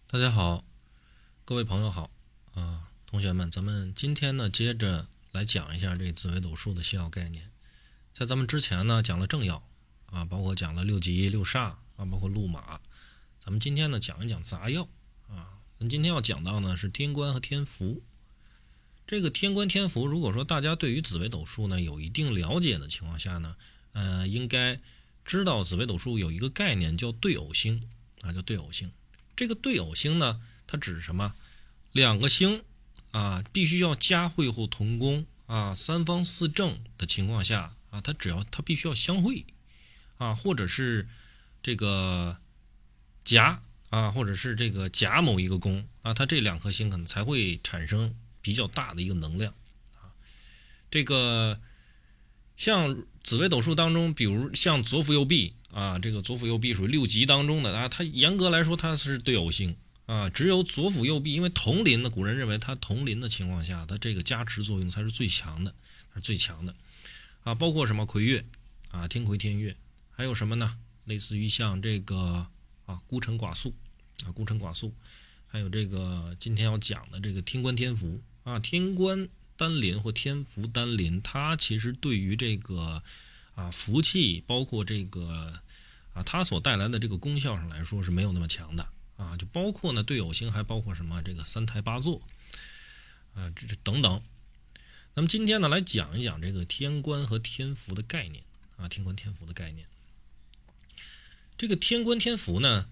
大家好，各位朋友好同学们，咱们今天呢接着来讲一下这紫微斗数的先要概念。在咱们之前呢讲了正爻包括讲了六吉六煞包括路马。咱们今天呢讲一讲杂爻咱今天要讲到呢是天官和天福。这个天官天福，如果说大家对于紫微斗数呢有一定了解的情况下呢，应该知道紫微斗数有一个概念叫对偶星叫对偶星。这个对偶星呢，它指什么？两个星必须要佳会或同宫三方四正的情况下它必须要相会或者是这个夹或者是这个夹某一个宫它这两颗星可能才会产生比较大的一个能量这个像紫微斗数当中，比如像左辅右弼这个左辅右弼属于六吉当中的它严格来说它是对偶星只有左辅右弼，因为同临的，古人认为它同临的情况下，它这个加持作用才是最强的，包括什么魁月天魁天月，还有什么呢？类似于像这个孤辰寡宿还有这个今天要讲的这个天官天福天官单临或天福单临，它其实对于这个福气，包括这个它所带来的这个功效上来说是没有那么强的就包括呢对偶星，还包括什么这个三台八座这等等。那么今天呢来讲一讲这个天官和天福的概念天官天福的概念。这个天官天福呢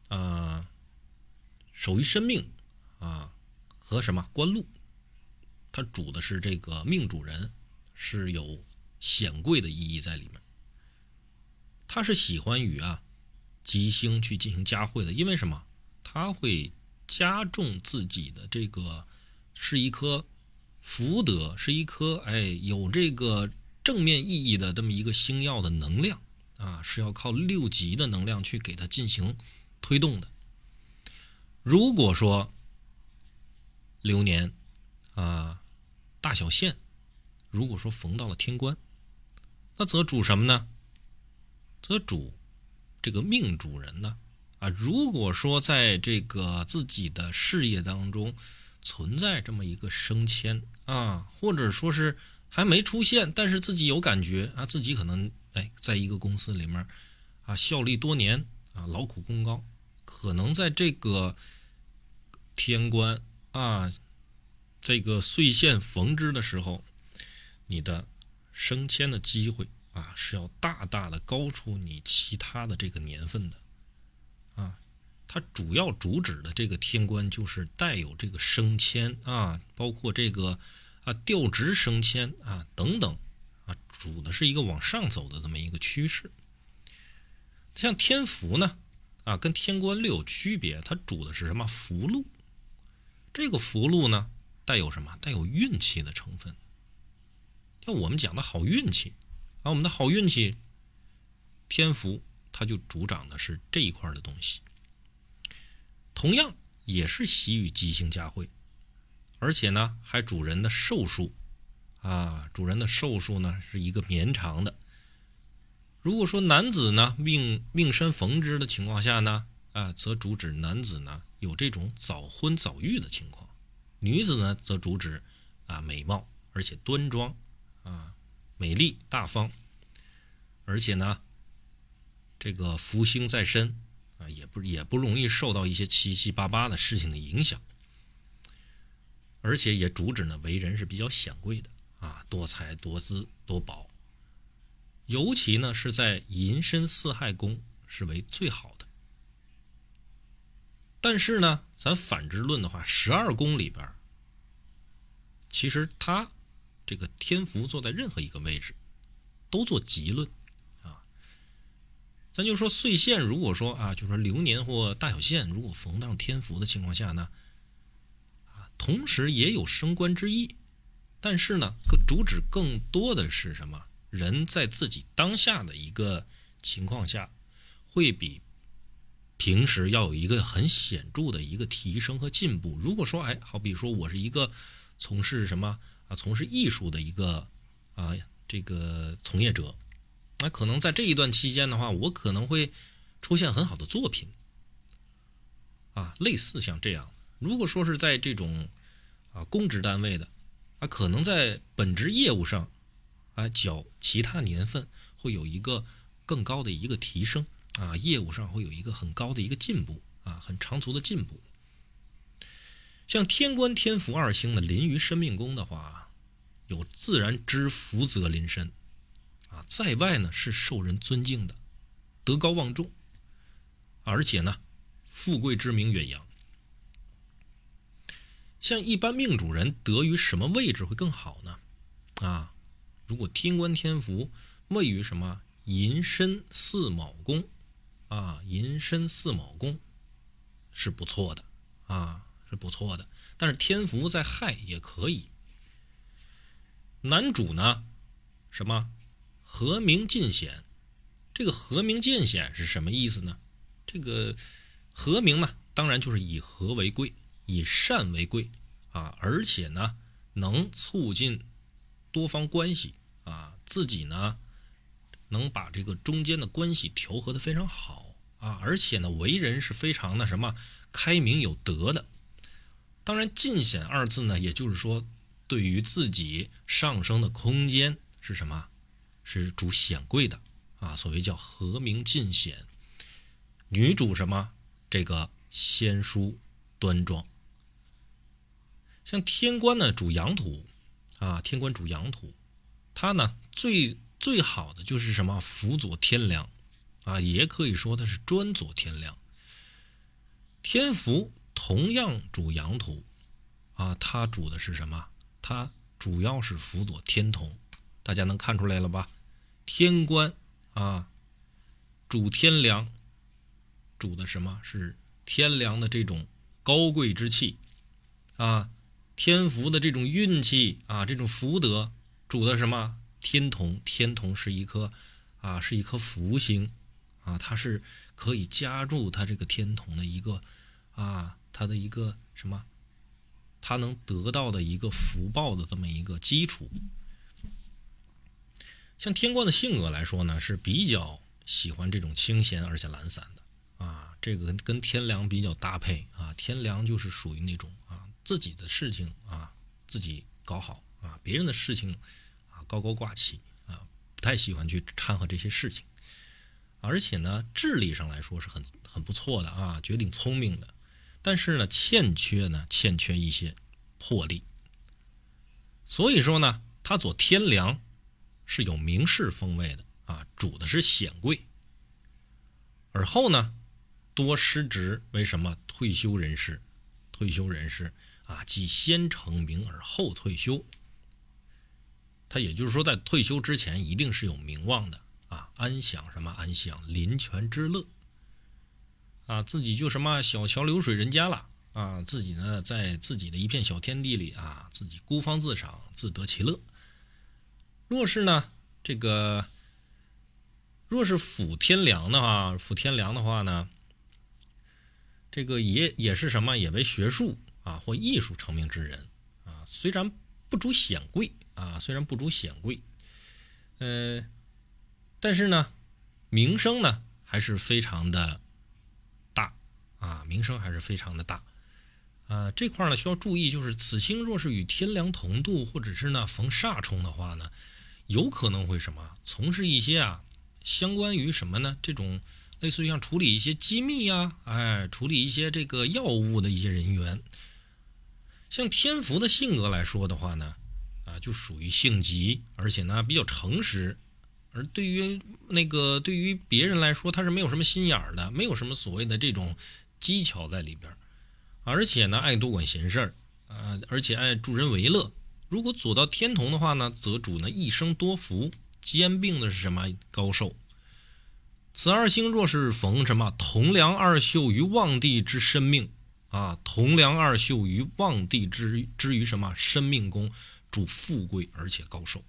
守于生命和什么官禄，它主的是这个命主人，是有显贵的意义在里面。它是喜欢与吉星去进行加会的，因为什么？它会加重自己的这个是一颗福德，是一颗有这个正面意义的这么一个星耀的能量是要靠六吉的能量去给它进行推动的。如果说流年大小限如果说逢到了天官，那则主什么呢？则主这个命主人呢如果说在这个自己的事业当中存在这么一个升迁或者说是还没出现，但是自己有感觉自己可能在一个公司里面效力多年劳苦功高，可能在这个天官这个岁限逢之的时候，你的升迁的机会是要大大的高出你其他的这个年份的它主要主旨的这个天官就是带有这个升迁包括这个调职升迁等等主的是一个往上走的这么一个趋势。像天福呢跟天官略有区别，它主的是什么？福禄。这个福禄呢带有什么？带有运气的成分。像我们讲的好运气我们的好运气天福它就主掌的是这一块的东西。同样也是喜与吉星加会，而且呢还主人的寿数主人的寿数呢是一个绵长的。如果说男子呢命身逢之的情况下呢则主指男子呢有这种早婚早育的情况，女子呢则主指美貌而且端庄美丽大方，而且呢这个福星在身也不容易受到一些七七八八的事情的影响，而且也主旨呢为人是比较显贵的多才多姿多宝，尤其呢是在寅申巳亥宫是为最好的。但是呢咱反之论的话，12宫里边其实它这个天福坐在任何一个位置都做吉论咱就说岁限，如果说就说流年或大小限如果逢到天福的情况下呢同时也有升官之意，但是呢主旨更多的是什么？人在自己当下的一个情况下会比平时要有一个很显著的一个提升和进步。如果说好比说我是一个从事什么从事艺术的一个这个从业者，那可能在这一段期间的话，我可能会出现很好的作品。 类似像这样。如果说是在这种公职单位的可能在本职业务上较其他年份会有一个更高的一个提升业务上会有一个很高的一个进步很长足的进步。像天官天福二星的临于生命宫的话，有自然之福泽临身在外呢是受人尊敬的，德高望重，而且呢富贵之名远扬。像一般命主人得于什么位置会更好呢？如果天官天福位于什么寅申巳卯宫寅申巳卯宫是不错的是不错的。但是天福在亥也可以。男主呢什么和鸣尽显。这个和鸣尽显是什么意思呢？这个和鸣呢当然就是以和为贵，以善为贵而且呢能促进多方关系自己呢能把这个中间的关系调和的非常好而且呢为人是非常的什么开明有德的。当然尽显二字呢也就是说对于自己上升的空间是什么？是主显贵的所谓叫和鸣尽显。女主什么？这个贤淑端庄。像天官呢主阳土天官主阳土，它呢最好的就是什么辅佐天梁也可以说它是专佐天梁。天福同样主阳土它主的是什么？它主要是辅佐天同。大家能看出来了吧？天官主天梁，主的什么？是天梁的这种高贵之气天福的这种运气这种福德主的什么？天同。天同是一颗福星它是可以加入它这个天同的一个它的一个什么？它能得到的一个福报的这么一个基础。像天官的性格来说呢，是比较喜欢这种清闲而且懒散的这个跟天梁比较搭配天梁就是属于那种自己的事情自己搞好别人的事情高高挂起不太喜欢去掺和这些事情。而且呢智力上来说是很不错的绝顶聪明的，但是呢欠缺一些魄力。所以说呢他左天梁是有名士风味的主的是显贵。而后呢多失职为什么？退休人士即先成名而后退休。他也就是说在退休之前一定是有名望的安享什么？安享林泉之乐自己就什么小桥流水人家了自己呢在自己的一片小天地里自己孤芳自赏，自得其乐。若是辅天梁的话呢，这个也是什么？也为学术或艺术成名之人虽然不主显贵但是呢名声呢还是非常的大这块呢需要注意，就是此星若是与天梁同度，或者是呢逢煞冲的话呢，有可能会什么？从事一些相关于什么呢？这种类似于像处理一些机密处理一些这个药物的一些人员。像天福的性格来说的话呢就属于性急，而且呢比较诚实。而对于别人来说，他是没有什么心眼的，没有什么所谓的这种技巧在里边，而且呢爱多管闲事而且爱助人为乐。如果左到天同的话呢，则主呢一生多福，兼并的是什么？高寿。此二星若是逢什么？同梁二宿于旺地之身命同梁二宿于旺地之于什么？身命宫，主富贵而且高寿。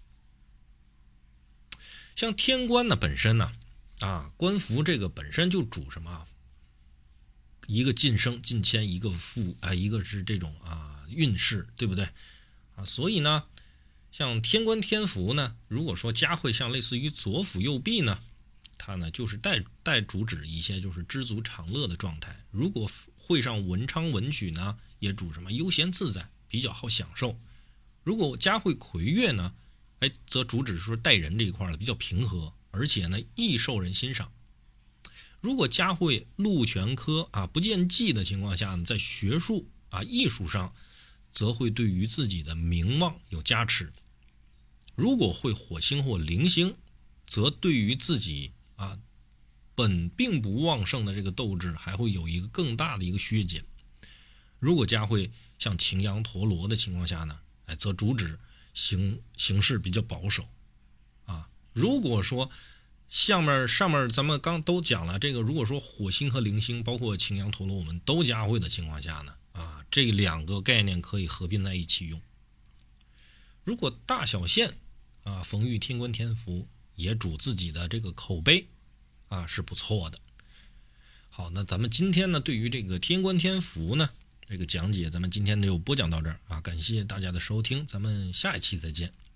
像天官呢本身呢官符这个本身就主什么？一个晋升晋迁，一个一个是这种运势，对不对所以呢像天官天福呢，如果说加会像类似于左辅右弼呢，它呢就是带主旨一些就是知足常乐的状态。如果会上文昌文曲呢，也主什么悠闲自在，比较好享受。如果家会魁月呢，则主指说待人这一块比较平和，而且呢易受人欣赏。如果家会禄全科不见忌的情况下呢，在学术艺术上，则会对于自己的名望有加持。如果会火星或铃星，则对于自己本并不旺盛的这个斗志，还会有一个更大的一个削减。如果家会像擎羊陀罗的情况下呢，则主指行事比较保守如果说上面咱们刚都讲了，这个如果说火星和铃星包括擎羊陀罗我们都加会的情况下呢，这两个概念可以合并在一起用。如果大小限逢遇天官天福，也主自己的这个口碑是不错的。好，那咱们今天呢对于这个天官天福呢这个讲解，咱们今天就播讲到这儿感谢大家的收听，咱们下一期再见。